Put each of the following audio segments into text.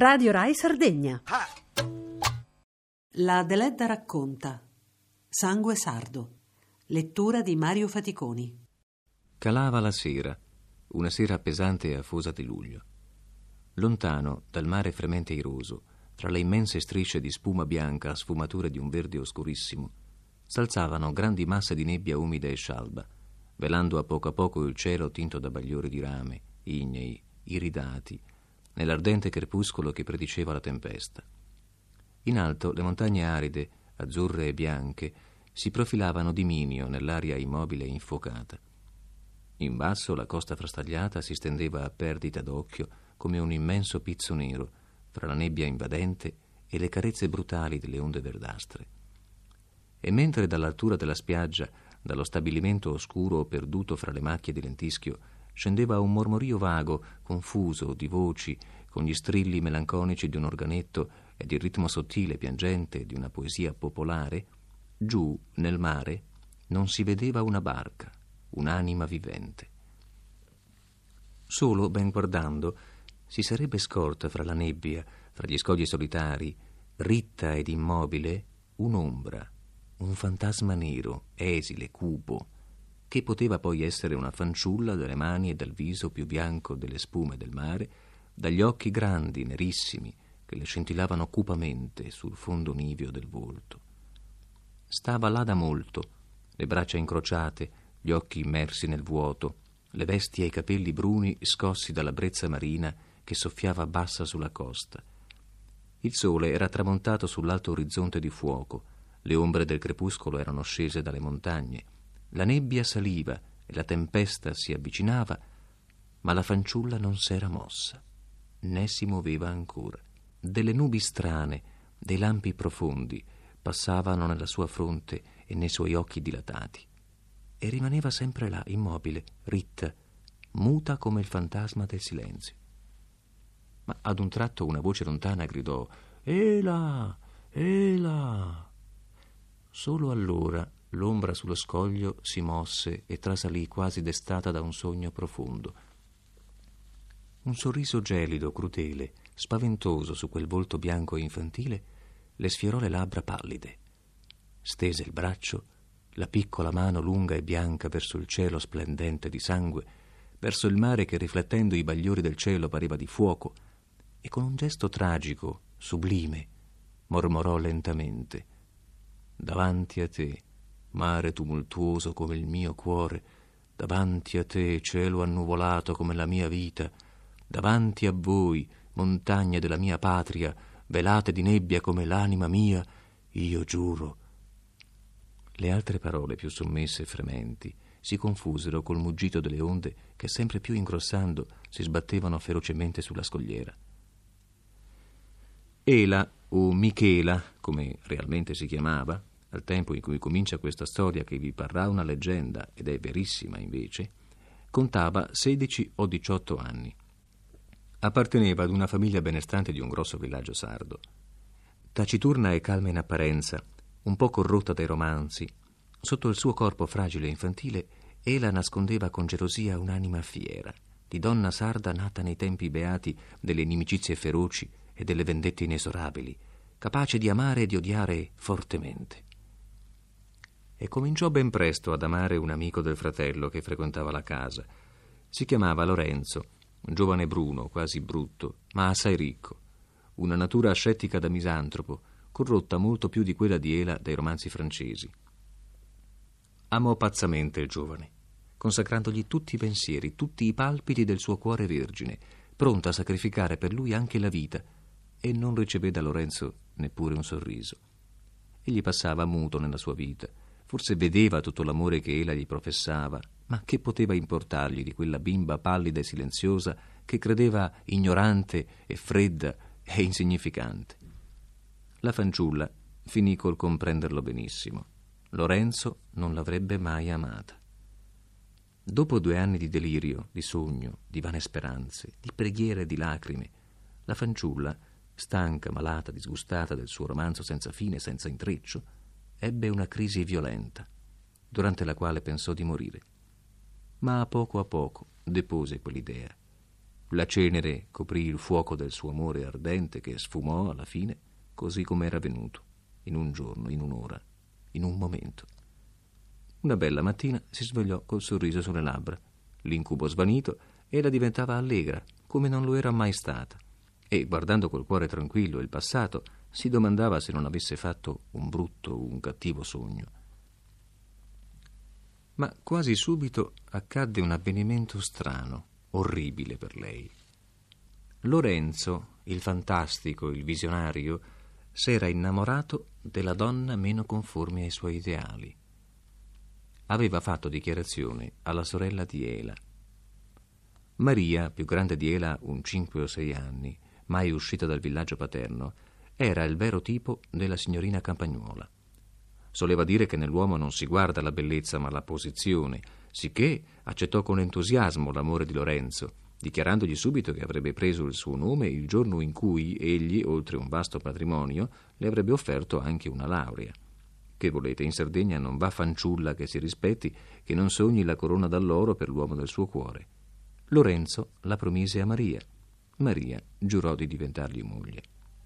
Radio Rai Sardegna. Ah. La Deledda racconta. Sangue sardo. Lettura di Mario Faticoni. Calava la sera, una sera pesante e afosa di luglio. Lontano, dal mare fremente e iroso, tra le immense strisce di spuma bianca a sfumature di un verde oscurissimo, s'alzavano grandi masse di nebbia umida e scialba, velando a poco il cielo tinto da bagliori di rame, ignei, iridati, nell'ardente crepuscolo che prediceva la tempesta. In alto le montagne aride, azzurre e bianche, si profilavano di minio nell'aria immobile e infuocata. In basso la costa frastagliata si stendeva a perdita d'occhio come un immenso pizzo nero fra la nebbia invadente e le carezze brutali delle onde verdastre. E mentre dall'altura della spiaggia, dallo stabilimento oscuro perduto fra le macchie di lentischio, scendeva un mormorio vago, confuso, di voci, con gli strilli melanconici di un organetto ed il ritmo sottile e piangente di una poesia popolare, giù, nel mare, non si vedeva una barca, un'anima vivente. Solo, ben guardando, si sarebbe scorta fra la nebbia, fra gli scogli solitari, ritta ed immobile, un'ombra, un fantasma nero, esile, cupo, che poteva poi essere una fanciulla dalle mani e dal viso più bianco delle spume del mare, dagli occhi grandi, nerissimi, che le scintillavano cupamente sul fondo niveo del volto. Stava là da molto, le braccia incrociate, gli occhi immersi nel vuoto, le vesti e i capelli bruni scossi dalla brezza marina che soffiava bassa sulla costa. Il sole era tramontato sull'alto orizzonte di fuoco, le ombre del crepuscolo erano scese dalle montagne, la nebbia saliva e la tempesta si avvicinava, ma la fanciulla non s'era mossa, né si muoveva ancora. Delle nubi strane, dei lampi profondi passavano nella sua fronte e nei suoi occhi dilatati, e rimaneva sempre là, immobile, ritta, muta come il fantasma del silenzio. Ma ad un tratto una voce lontana gridò: «Ela! Ela!» Solo allora l'ombra sullo scoglio si mosse e trasalì quasi destata da un sogno profondo. Un sorriso gelido, crudele, spaventoso su quel volto bianco e infantile le sfiorò le labbra pallide. Stese il braccio, la piccola mano lunga e bianca verso il cielo splendente di sangue, verso il mare che riflettendo i bagliori del cielo pareva di fuoco, e con un gesto tragico, sublime, mormorò lentamente: «Davanti a te, mare tumultuoso come il mio cuore, davanti a te, cielo annuvolato come la mia vita, davanti a voi, montagne della mia patria, velate di nebbia come l'anima mia, io giuro». Le altre parole, più sommesse e frementi, si confusero col muggito delle onde che, sempre più ingrossando, si sbattevano ferocemente sulla scogliera. Ela, o Michela, come realmente si chiamava, al tempo in cui comincia questa storia che vi parrà una leggenda ed è verissima invece, contava 16 o 18 anni. Apparteneva ad una famiglia benestante di un grosso villaggio sardo. Taciturna e calma in apparenza, un po' corrotta dai romanzi, sotto il suo corpo fragile e infantile, Ela nascondeva con gelosia un'anima fiera, di donna sarda nata nei tempi beati delle inimicizie feroci e delle vendette inesorabili, capace di amare e di odiare fortemente. E cominciò ben presto ad amare un amico del fratello che frequentava la casa. Si chiamava Lorenzo, un giovane bruno, quasi brutto, ma assai ricco, una natura ascettica da misantropo, corrotta molto più di quella di Ela dei romanzi francesi. Amò pazzamente il giovane, consacrandogli tutti i pensieri, tutti i palpiti del suo cuore vergine, pronta a sacrificare per lui anche la vita, e non ricevè da Lorenzo neppure un sorriso. Egli passava muto nella sua vita, forse vedeva tutto l'amore che Ela gli professava, ma che poteva importargli di quella bimba pallida e silenziosa che credeva ignorante e fredda e insignificante? La fanciulla finì col comprenderlo benissimo. Lorenzo non l'avrebbe mai amata. Dopo 2 anni di delirio, di sogno, di vane speranze, di preghiere e di lacrime, la fanciulla, stanca, malata, disgustata del suo romanzo senza fine, senza intreccio, ebbe una crisi violenta, durante la quale pensò di morire. Ma a poco depose quell'idea. La cenere coprì il fuoco del suo amore ardente che sfumò alla fine così come era venuto, in un giorno, in un'ora, in un momento. Una bella mattina si svegliò col sorriso sulle labbra. L'incubo svanito, ella diventava allegra, come non lo era mai stata, e guardando col cuore tranquillo il passato, si domandava se non avesse fatto un brutto, un cattivo sogno. Ma quasi subito accadde un avvenimento strano, orribile per lei. Lorenzo, il fantastico, il visionario, s'era innamorato della donna meno conforme ai suoi ideali. Aveva fatto dichiarazione alla sorella di Ela. Maria, più grande di Ela un 5 o 6 anni, mai uscita dal villaggio paterno, era il vero tipo della signorina Campagnuola. Soleva dire che nell'uomo non si guarda la bellezza ma la posizione, sicché accettò con entusiasmo l'amore di Lorenzo, dichiarandogli subito che avrebbe preso il suo nome il giorno in cui egli, oltre un vasto patrimonio, le avrebbe offerto anche una laurea. Che volete, in Sardegna non va fanciulla che si rispetti, che non sogni la corona d'alloro per l'uomo del suo cuore. Lorenzo la promise a Maria. Maria giurò di diventargli moglie.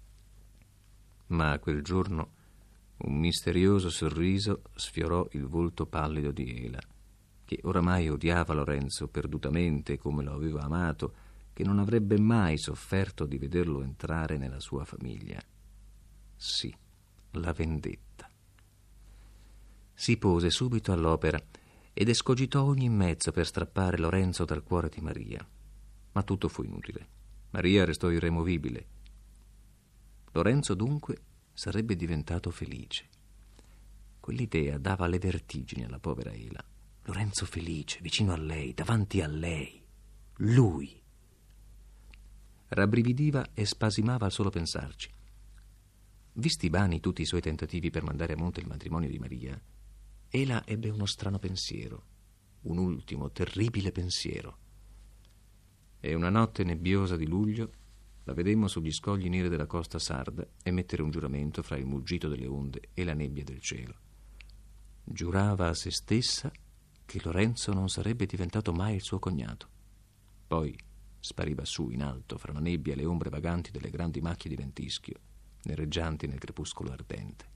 Ma quel giorno un misterioso sorriso sfiorò il volto pallido di Ela, che oramai odiava Lorenzo perdutamente come lo aveva amato, che non avrebbe mai sofferto di vederlo entrare nella sua famiglia. Sì, la vendetta. Si pose subito all'opera ed escogitò ogni mezzo per strappare Lorenzo dal cuore di Maria. Ma tutto fu inutile. Maria restò irremovibile. Lorenzo dunque sarebbe diventato felice. Quell'idea dava le vertigini alla povera Ela. Lorenzo felice, vicino a lei, davanti a lei. Lui. Rabbrividiva e spasimava al solo pensarci. Visti vani tutti i suoi tentativi per mandare a monte il matrimonio di Maria, Ela ebbe uno strano pensiero, un ultimo, terribile pensiero. E una notte nebbiosa di luglio la vedemmo sugli scogli neri della costa sarda emettere un giuramento fra il muggito delle onde e la nebbia del cielo. Giurava a se stessa che Lorenzo non sarebbe diventato mai il suo cognato. Poi spariva su in alto fra la nebbia e le ombre vaganti delle grandi macchie di ventischio, nereggianti nel crepuscolo ardente.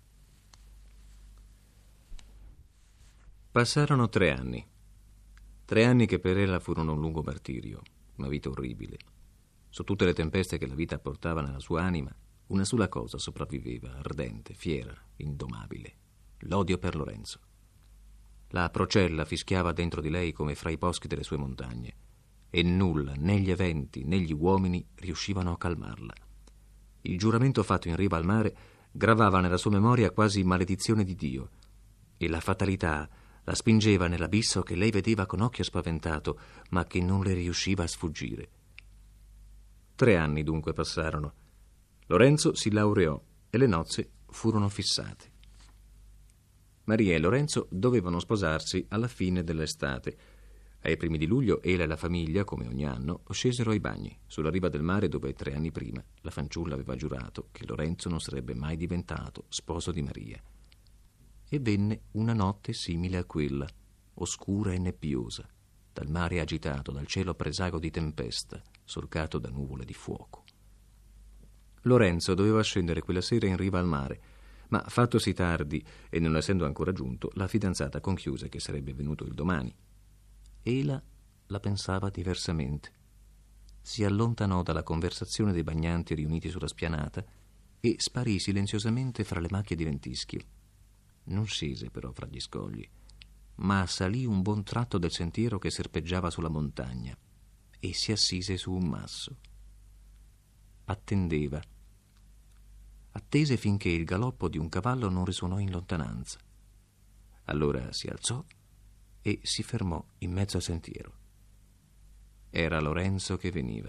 Passarono 3 anni. 3 anni che per ella furono un lungo martirio, una vita orribile. Su tutte le tempeste che la vita portava nella sua anima, una sola cosa sopravviveva, ardente, fiera, indomabile: l'odio per Lorenzo. La procella fischiava dentro di lei come fra i boschi delle sue montagne, e nulla, né gli eventi né gli uomini riuscivano a calmarla. Il giuramento fatto in riva al mare gravava nella sua memoria quasi maledizione di Dio, e la fatalità la spingeva nell'abisso che lei vedeva con occhio spaventato, ma che non le riusciva a sfuggire. 3 anni dunque passarono. Lorenzo si laureò e le nozze furono fissate. Maria e Lorenzo dovevano sposarsi alla fine dell'estate. Ai primi di luglio Ela e la famiglia, come ogni anno, scesero ai bagni, sulla riva del mare dove 3 anni prima la fanciulla aveva giurato che Lorenzo non sarebbe mai diventato sposo di Maria. E venne una notte simile a quella, oscura e nebbiosa, dal mare agitato, dal cielo presago di tempesta, solcato da nuvole di fuoco. Lorenzo doveva scendere quella sera in riva al mare, ma fattosi tardi e non essendo ancora giunto, la fidanzata conchiuse che sarebbe venuto il domani. Ela la pensava diversamente. Si allontanò dalla conversazione dei bagnanti riuniti sulla spianata e sparì silenziosamente fra le macchie di ventischio. Non scese però fra gli scogli, ma salì un buon tratto del sentiero che serpeggiava sulla montagna e si assise su un masso. Attendeva. Attese finché il galoppo di un cavallo non risuonò in lontananza. Allora si alzò e si fermò in mezzo al sentiero. Era Lorenzo che veniva.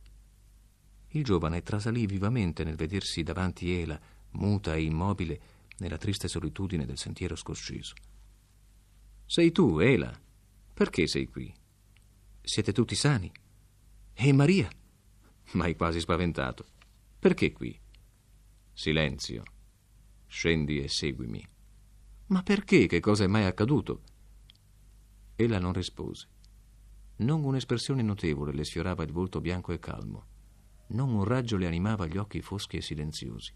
Il giovane trasalì vivamente nel vedersi davanti Ela, muta e immobile, nella triste solitudine del sentiero scosceso. «Sei tu, Ela? Perché sei qui? Siete tutti sani? E Maria?» «M'hai quasi spaventato. Perché qui?» «Silenzio. Scendi e seguimi». «Ma perché? Che cosa è mai accaduto?» Ela non rispose. Non un'espressione notevole le sfiorava il volto bianco e calmo. Non un raggio le animava gli occhi foschi e silenziosi.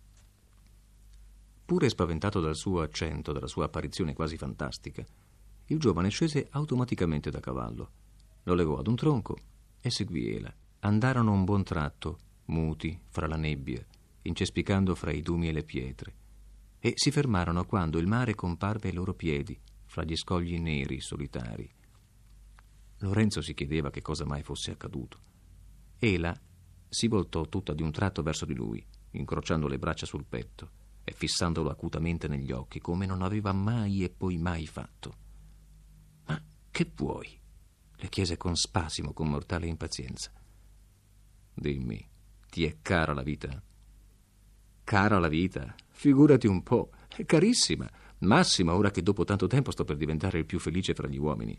Pure spaventato dal suo accento, dalla sua apparizione quasi fantastica, il giovane scese automaticamente da cavallo, lo legò ad un tronco e seguì Ela. Andarono un buon tratto, muti, fra la nebbia, incespicando fra i dumi e le pietre, e si fermarono quando il mare comparve ai loro piedi, fra gli scogli neri solitari. Lorenzo si chiedeva che cosa mai fosse accaduto. Ela si voltò tutta di un tratto verso di lui, incrociando le braccia sul petto e fissandolo acutamente negli occhi, come non aveva mai e poi mai fatto. «Ma che vuoi?» le chiese con spasimo, con mortale impazienza. «Dimmi, ti è cara la vita?» «Cara la vita? Figurati un po', è carissima, massima ora che dopo tanto tempo sto per diventare il più felice fra gli uomini».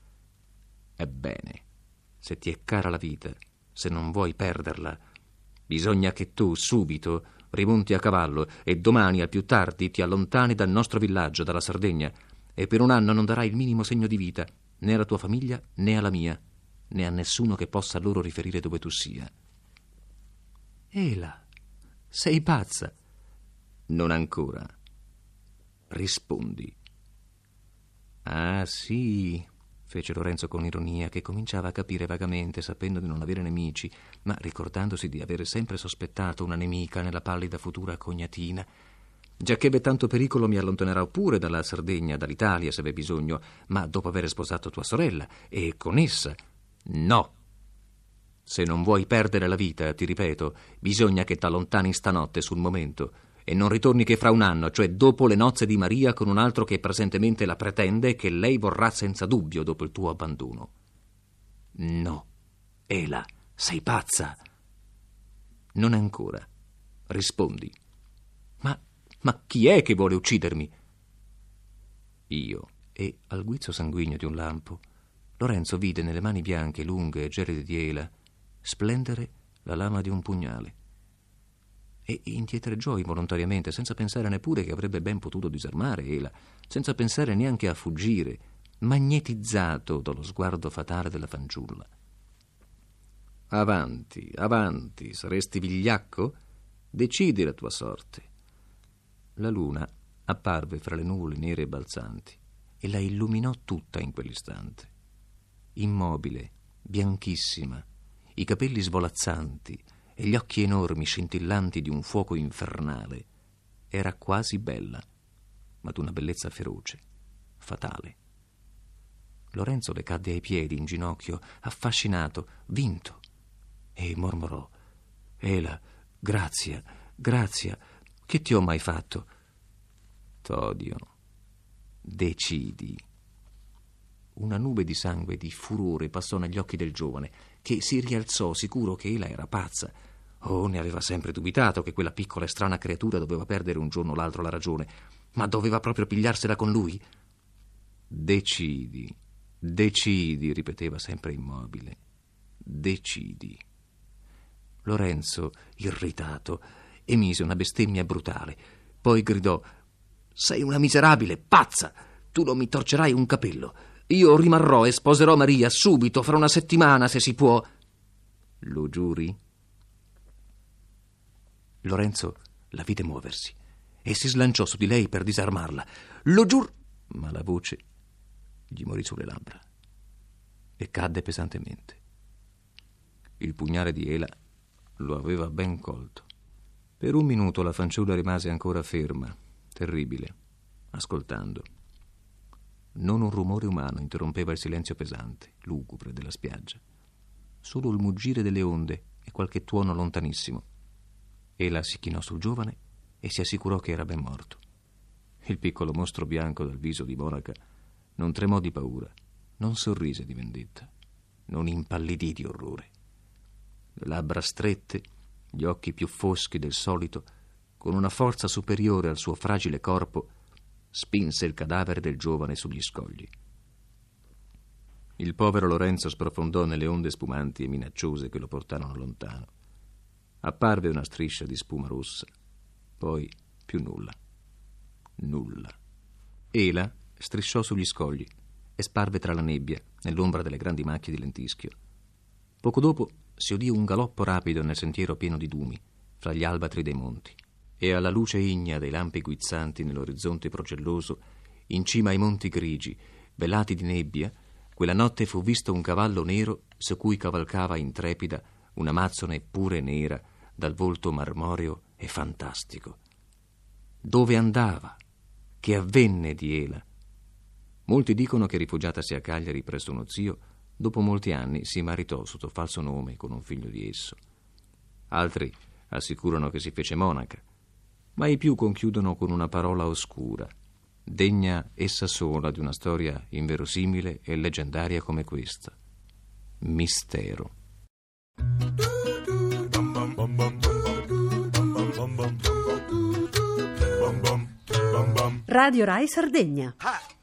«Ebbene, se ti è cara la vita, se non vuoi perderla, bisogna che tu subito rimonti a cavallo e domani al più tardi ti allontani dal nostro villaggio, dalla Sardegna, e per un anno non darai il minimo segno di vita, né alla tua famiglia né alla mia, né a nessuno che possa loro riferire dove tu sia». «Ela, sei pazza?» «Non ancora. Rispondi». «Ah, sì», fece Lorenzo con ironia, che cominciava a capire vagamente, sapendo di non avere nemici, ma ricordandosi di avere sempre sospettato una nemica nella pallida futura cognatina. «Giacché v'è tanto pericolo mi allontanerò pure dalla Sardegna, dall'Italia, se v'è bisogno, ma dopo aver sposato tua sorella, e con essa». «No. Se non vuoi perdere la vita, ti ripeto, bisogna che t'allontani stanotte sul momento e non ritorni che fra un anno, cioè dopo le nozze di Maria, con un altro che presentemente la pretende e che lei vorrà senza dubbio dopo il tuo abbandono». «No, Ela, sei pazza». «Non ancora. Rispondi». Ma chi è che vuole uccidermi?» «Io». E al guizzo sanguigno di un lampo Lorenzo vide nelle mani bianche, lunghe e gelide di Ela splendere la lama di un pugnale e indietreggiò involontariamente, senza pensare neppure che avrebbe ben potuto disarmare Ela, senza pensare neanche a fuggire, magnetizzato dallo sguardo fatale della fanciulla. «Avanti, avanti, saresti vigliacco? Decidi la tua sorte». La luna apparve fra le nuvole nere e balzanti e la illuminò tutta in quell'istante. Immobile, bianchissima, i capelli svolazzanti e gli occhi enormi scintillanti di un fuoco infernale, era quasi bella, ma d'una bellezza feroce, fatale. Lorenzo le cadde ai piedi in ginocchio, affascinato, vinto, e mormorò: «Ela, grazia, grazia, che ti ho mai fatto?» «T'odio. Decidi». Una nube di sangue e di furore passò negli occhi del giovane, che si rialzò sicuro che Ela era pazza. Oh, ne aveva sempre dubitato che quella piccola e strana creatura doveva perdere un giorno o l'altro la ragione, ma doveva proprio pigliarsela con lui? «Decidi, decidi», ripeteva sempre immobile. «Decidi». Lorenzo, irritato, emise una bestemmia brutale. Poi gridò: «Sei una miserabile, pazza! Tu non mi torcerai un capello. Io rimarrò e sposerò Maria subito, fra una settimana, se si può». «Lo giuri?» Lorenzo la vide muoversi e si slanciò su di lei per disarmarla. «Lo giuro!» Ma la voce gli morì sulle labbra e cadde pesantemente. Il pugnale di Ela lo aveva ben colto. Per un minuto la fanciulla rimase ancora ferma, terribile, ascoltando. Non un rumore umano interrompeva il silenzio pesante, lugubre della spiaggia. Solo il muggire delle onde e qualche tuono lontanissimo. Ela si chinò sul giovane e si assicurò che era ben morto. Il piccolo mostro bianco dal viso di monaca non tremò di paura, non sorrise di vendetta, non impallidì di orrore. Le labbra strette, gli occhi più foschi del solito, con una forza superiore al suo fragile corpo, spinse il cadavere del giovane sugli scogli. Il povero Lorenzo sprofondò nelle onde spumanti e minacciose che lo portarono lontano. Apparve una striscia di spuma rossa, poi più nulla. Nulla. Ela strisciò sugli scogli e sparve tra la nebbia, nell'ombra delle grandi macchie di lentischio. Poco dopo si udì un galoppo rapido nel sentiero pieno di dumi, fra gli albatri dei monti, e alla luce ignea dei lampi guizzanti nell'orizzonte procelloso, in cima ai monti grigi, velati di nebbia, quella notte fu visto un cavallo nero su cui cavalcava intrepida un'amazzone pure nera dal volto marmoreo e fantastico. Dove andava? Che avvenne di Ela? Molti dicono che, rifugiatasi a Cagliari presso uno zio, dopo molti anni si maritò sotto falso nome con un figlio di esso. Altri assicurano che si fece monaca, ma i più conchiudono con una parola oscura, degna essa sola di una storia inverosimile e leggendaria come questa: mistero. Radio Rai Sardegna.